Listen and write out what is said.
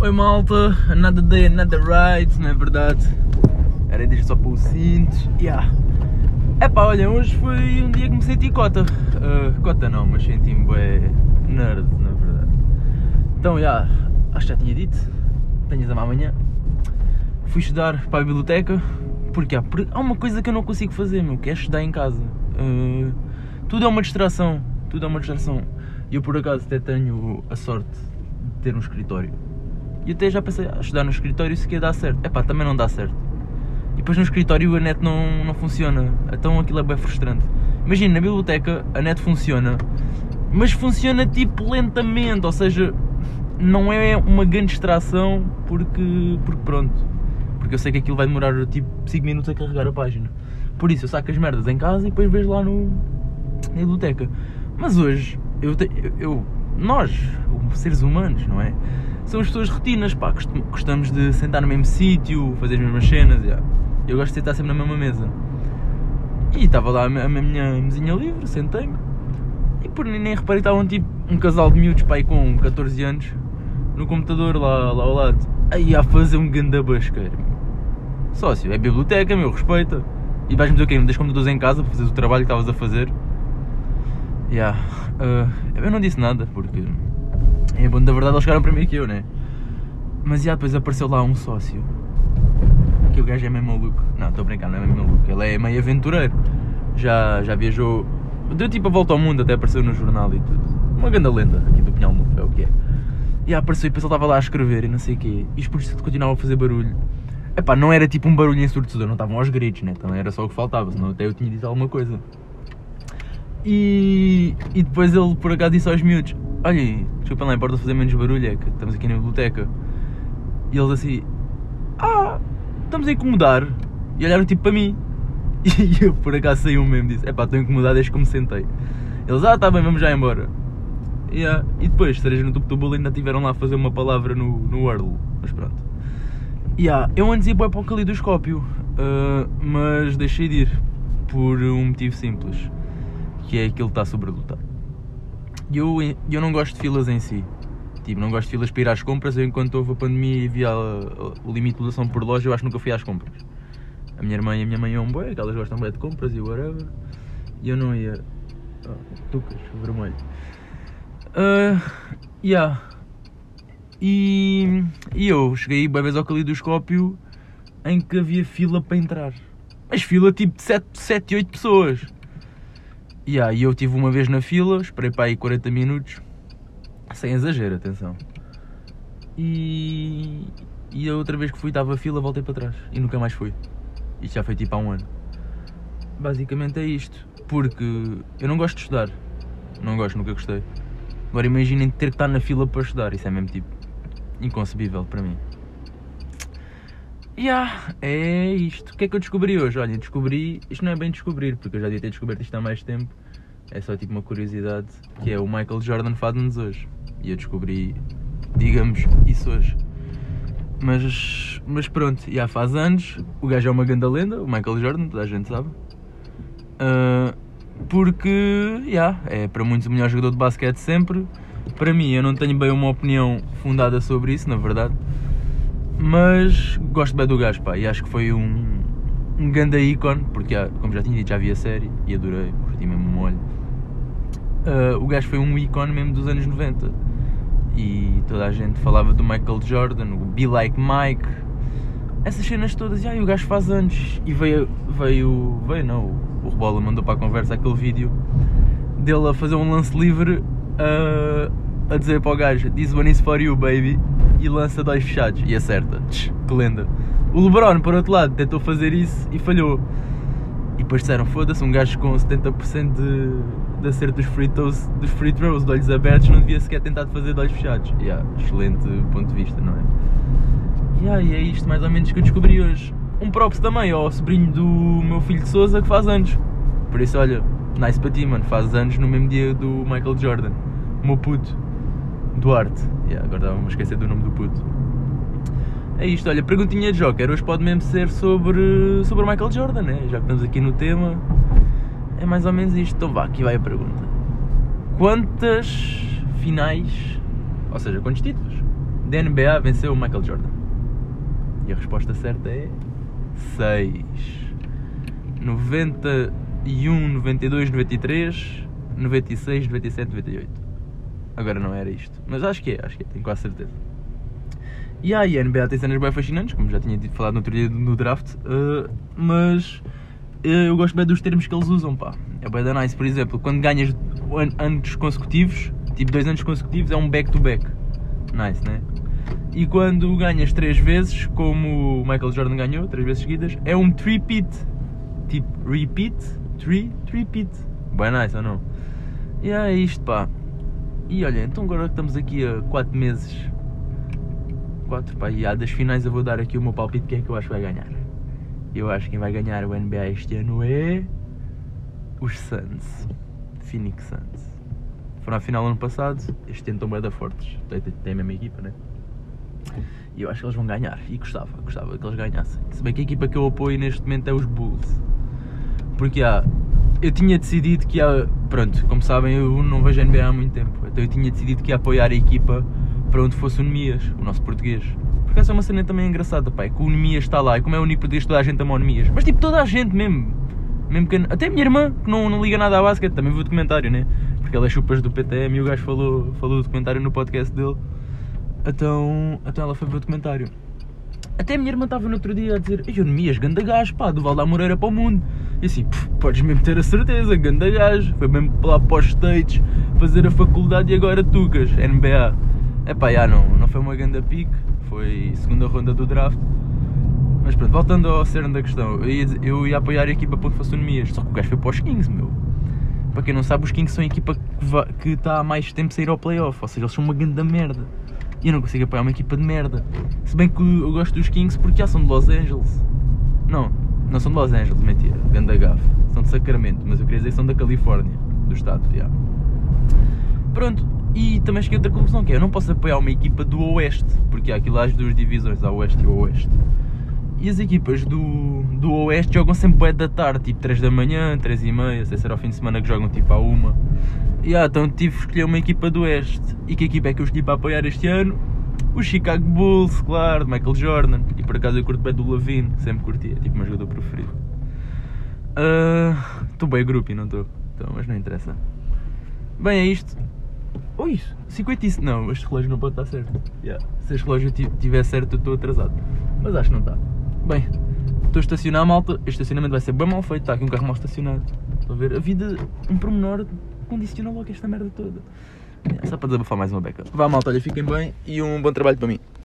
Oi malta, another day, another ride, não é verdade? Era dizer só para o cinto, Epá, olha, hoje foi um dia que me senti cota. Cota não, mas senti-me bem nerd, na verdade. Então, acho que já tinha dito, tenho exame amanhã. Fui estudar para a biblioteca, porque há uma coisa que eu não consigo fazer, meu, que é estudar em casa. Tudo é uma distração, E eu por acaso até tenho a sorte de ter um escritório. E até já pensei, estudar no escritório se quer dar certo. Epá, também não dá certo. E depois no escritório a net não funciona. Então aquilo é bem frustrante. Imagina, na biblioteca a net funciona, mas funciona tipo lentamente. Ou seja, não é uma grande distração porque pronto. Porque eu sei que aquilo vai demorar tipo 5 minutos a carregar a página. Por isso eu saco as merdas em casa e depois vejo lá na biblioteca. Mas hoje, nós, seres humanos, não é? Somos pessoas rotinas, pá, gostamos de sentar no mesmo sítio, fazer as mesmas cenas, Eu gosto de sentar sempre na mesma mesa. E estava lá a minha mesinha livre, sentei-me. E por nem reparei que estavam tipo um casal de miúdos, pá, aí com 14 anos, no computador lá ao lado. Aí a fazer um ganda basqueiro. Sócio, é biblioteca, meu, respeita. E vais-me dizer o quê? Não tens computadores em casa para fazer o trabalho que estavas a fazer? Eu não disse nada, porque... É bom, da verdade eles chegaram primeiro que eu, né? Mas depois apareceu lá um sócio. Que o gajo é meio maluco. Não, estou a brincar, não é meio maluco. Ele é meio aventureiro. Já viajou. Deu tipo a volta ao mundo, até apareceu no jornal e tudo. Uma grande lenda aqui do Pinhal Novo, é o que é. E apareceu e depois ele estava lá a escrever e não sei o quê. E depois continuava a fazer barulho. Epá, não era tipo um barulho ensurdecedor, não estavam aos gritos, né? Também era só o que faltava, senão até eu tinha dito alguma coisa. E depois ele por acaso disse aos miúdos: olhem, desculpem lá, importa fazer menos barulho, é que estamos aqui na biblioteca. E eles assim: estamos a incomodar. E olharam tipo para mim. E eu por acaso saí mesmo e disse: estou incomodado desde que me sentei. Eles: tá bem, vamos já embora. E depois, cereja no topo do bolo, ainda tiveram lá a fazer uma palavra no Wordle. Mas pronto. Eu antes ia para o calidoscópio, mas deixei de ir por um motivo simples, que é que ele está sobrelotado. Eu não gosto de filas em si. Tipo, não gosto de filas para ir às compras. Eu, enquanto houve a pandemia e havia o limite de lotação por loja, eu acho que nunca fui às compras. A minha irmã e a minha mãe iam bué, que elas gostam bué de compras e whatever. E eu não ia. Tucas, vermelho. E eu cheguei bué vezes ao calidoscópio em que havia fila para entrar. Mas fila tipo de 7, 8 pessoas. E eu tive uma vez na fila, esperei para aí 40 minutos, sem exagero, atenção. E a outra vez que fui, estava a fila, voltei para trás e nunca mais fui. Isto já foi tipo há um ano. Basicamente é isto, porque eu não gosto de estudar. Não gosto, nunca gostei. Agora imaginem ter que estar na fila para estudar, isso é mesmo tipo inconcebível para mim. É isto. O que é que eu descobri hoje? Olha, isto não é bem descobrir, porque eu já devia ter descoberto isto há mais tempo. É só tipo uma curiosidade, que é o Michael Jordan faz anos hoje. E eu descobri, digamos, isso hoje. Mas pronto, faz anos. O gajo é uma grande lenda, o Michael Jordan, toda a gente sabe. Porque, é para muitos o melhor jogador de basquete sempre. Para mim, eu não tenho bem uma opinião fundada sobre isso, na verdade. Mas gosto bem do gajo, pá, e acho que foi um ganda ícone, porque como já tinha dito, já vi a série e adorei, curti mesmo um olho. O gajo foi um ícone mesmo dos anos 90 e toda a gente falava do Michael Jordan, o Be Like Mike, essas cenas todas. E o gajo faz anos e veio não, o Rebola mandou para a conversa aquele vídeo dele a fazer um lance livre a dizer para o gajo: "This one is for you, baby", e lança de olhos fechados e acerta. Que lenda. O LeBron, por outro lado, tentou fazer isso e falhou. E depois disseram: foda-se, um gajo com 70% de acerto dos free throws de olhos abertos não devia sequer tentar fazer de olhos fechados. Excelente ponto de vista, não é? E é isto mais ou menos que eu descobri hoje. Um props também ao sobrinho do meu filho de Sousa, que faz anos. Por isso, olha, nice para ti, mano, faz anos no mesmo dia do Michael Jordan. O meu puto Duarte. Agora estava-me a esquecer do nome do puto. É isto, olha, perguntinha de Joker. Hoje pode mesmo ser sobre o Michael Jordan, né? Já que estamos aqui no tema, é mais ou menos isto. Então vá, aqui vai a pergunta. Quantas finais, ou seja, quantos títulos da NBA venceu o Michael Jordan? E a resposta certa é 6. 91, 92, 93, 96, 97, 98. Agora não era isto, mas acho que é, tenho quase certeza. E a NBA tem cenas bem fascinantes, como já tinha falado no outro dia no draft, mas eu gosto bem dos termos que eles usam, pá. É bem da nice, por exemplo, quando ganhas anos consecutivos, tipo 2 anos consecutivos, é um back-to-back. Nice, né? E quando ganhas 3 vezes, como o Michael Jordan ganhou, 3 vezes seguidas, é um three-peat. Tipo, repeat, three-peat. Bem nice, ou não? E é isto, pá. E olha, então agora que estamos aqui a 4 meses, 4, pá, e das finais eu vou dar aqui o meu palpite, quem é que eu acho que vai ganhar. Eu acho que quem vai ganhar o NBA este ano é os Suns, Phoenix Suns. Foram à final ano passado, este ano estão bem da fortes, tem a mesma equipa, né? E eu acho que eles vão ganhar, e gostava que eles ganhassem. Se bem que a equipa que eu apoio neste momento é os Bulls. Porque eu tinha decidido que pronto, como sabem eu não vejo a NBA há muito tempo, então eu tinha decidido que ia apoiar a equipa para onde fosse o Nemias, o nosso português. Porque essa é uma cena também engraçada, pá, é que o Nemias está lá, e como é o único português, toda a gente ama o Nemias. Mas tipo, toda a gente mesmo que, até a minha irmã, que não liga nada à basquete, também viu o documentário, né? Porque ela é chupas do PTM e o gajo falou do documentário no podcast dele. Então ela foi ver o documentário. Até a minha irmã estava no outro dia a dizer: "Ei, o Nemias, ganda gajo, pá, do Val da Moreira para o mundo." E assim, podes mesmo ter a certeza, ganda gajo. Foi mesmo lá para os States fazer a faculdade e agora tucas, NBA. Epá, não foi uma ganda pique, foi segunda ronda do draft. Mas pronto, voltando ao cerne da questão, eu ia apoiar a equipa para onde fosse o Nemias, só que o gajo foi para os Kings, meu. Para quem não sabe, os Kings são a equipa que está há mais tempo a sair ao playoff, ou seja, eles são uma ganda merda. E eu não consigo apoiar uma equipa de merda. Se bem que eu gosto dos Kings porque já são de Los Angeles. Não são de Los Angeles, mentira, ganda gafe. São de Sacramento, mas eu queria dizer que são da Califórnia, do estado, já. Pronto, e também cheguei a outra conclusão, que é, eu não posso apoiar uma equipa do Oeste, porque há aquilo, há as duas divisões, há o Oeste e o Oeste. E as equipas do Oeste jogam sempre bué da tarde, tipo 3 da manhã, 3h30, sei se era ao fim de semana que jogam tipo à 1. Então tive que escolher uma equipa do Oeste. E que equipa é que eu escolhi para apoiar este ano? O Chicago Bulls, claro, de Michael Jordan. E por acaso eu curto bem do Lavine, sempre curti, é tipo o meu jogador preferido. Estou bem groupie, não estou? Mas não interessa. Bem, é isto. Ui, 50. Não, este relógio não pode estar certo. Se este relógio estiver certo, eu estou atrasado. Mas acho que não está. Bem, estou a estacionar, malta. Este estacionamento vai ser bem mal feito. Está aqui um carro mal estacionado. Estão a ver? A vida, um pormenor, condiciona logo esta merda toda. Só para desabafar mais uma beca. Vá, malta, olha, fiquem bem e um bom trabalho para mim.